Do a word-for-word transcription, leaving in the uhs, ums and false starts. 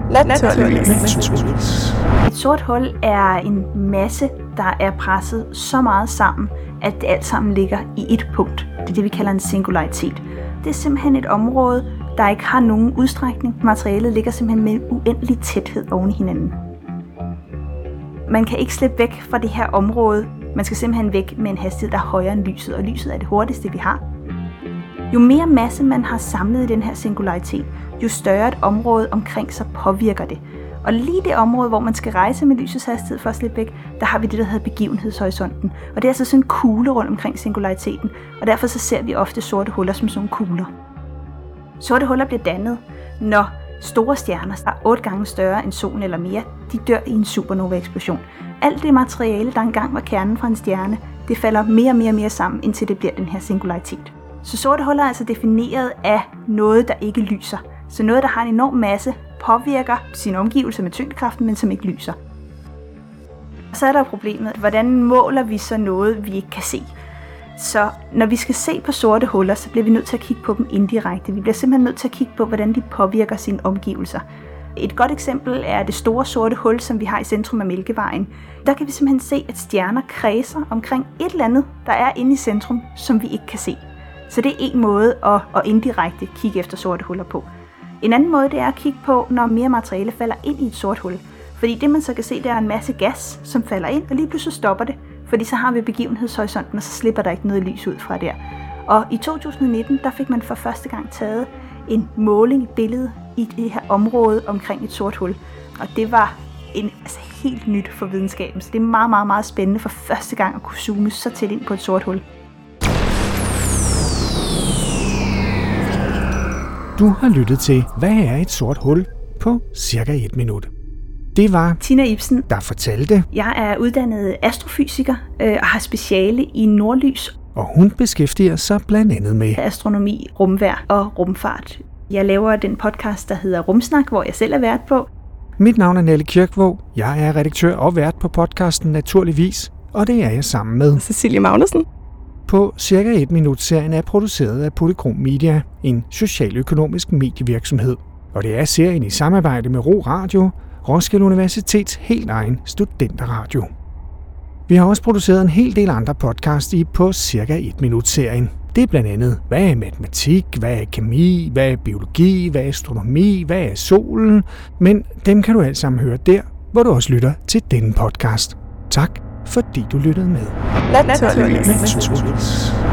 Naturligvis. Et sort hul er en masse, der er presset så meget sammen, at det alt sammen ligger i et punkt. Det er det, vi kalder en singularitet. Det er simpelthen et område, der ikke har nogen udstrækning. Materialet ligger simpelthen med en uendelig tæthed oven i hinanden. Man kan ikke slippe væk fra det her område. Man skal simpelthen væk med en hastighed, der er højere end lyset, og lyset er det hurtigste, vi har. Jo mere masse man har samlet i den her singularitet, jo større et område omkring sig påvirker det. Og lige det område, hvor man skal rejse med lysets hastighed for at slippe væk, der har vi det, der hedder begivenhedshorisonten. Og det er altså sådan en kugle rundt omkring singulariteten, og derfor så ser vi ofte sorte huller som sådan kugler. Sorte huller bliver dannet, når store stjerner, der er otte gange større end solen eller mere, de dør i en supernova-eksplosion. Alt det materiale, der engang var kernen fra en stjerne, det falder mere og mere og mere sammen, indtil det bliver den her singularitet. Så sorte huller er altså defineret af noget, der ikke lyser. Så noget, der har en enorm masse, påvirker sine omgivelser med tyngdekraften, men som ikke lyser. Og så er der problemet, hvordan måler vi så noget, vi ikke kan se? Så når vi skal se på sorte huller, så bliver vi nødt til at kigge på dem indirekte. Vi bliver simpelthen nødt til at kigge på, hvordan de påvirker sine omgivelser. Et godt eksempel er det store sorte hul, som vi har i centrum af Mælkevejen. Der kan vi simpelthen se, at stjerner kredser omkring et eller andet, der er inde i centrum, som vi ikke kan se. Så det er en måde at, at indirekte kigge efter sorte huller på. En anden måde, det er at kigge på, når mere materiale falder ind i et sort hul. Fordi det, man så kan se, det er en masse gas, som falder ind, og lige pludselig stopper det. Fordi så har vi begivenhedshorisonten, og så slipper der ikke noget lys ud fra der. Og i to tusind nitten, der fik man for første gang taget en måling, et billede i det her område omkring et sort hul. Og det var en, altså helt nyt for videnskaben. Så det er meget, meget, meget spændende for første gang at kunne zoome så tæt ind på et sort hul. Du har lyttet til, hvad er et sort hul, på cirka et minut. Det var Tina Ibsen, der fortalte. Jeg er uddannet astrofysiker øh, og har speciale i nordlys. Og hun beskæftiger sig blandt andet med astronomi, rumvejr og rumfart. Jeg laver den podcast, der hedder Rumsnak, hvor jeg selv er vært på. Mit navn er Nelly Kirkvåg. Jeg er redaktør og vært på podcasten Naturligvis, og det er jeg sammen med Cecilie Magnussen. På cirka et minut-serien er produceret af Polychrom Media, en socialøkonomisk medievirksomhed. Og det er serien i samarbejde med Ro Radio, Roskilde Universitets helt egen studenterradio. Vi har også produceret en hel del andre podcasts i på cirka et minut-serien. Det er blandt andet, hvad er matematik, hvad er kemi, hvad er biologi, hvad er astronomi, hvad er solen. Men dem kan du alt sammen høre der, hvor du også lytter til denne podcast. Tak, fordi du lyttede med. Naturligvis. Naturligvis.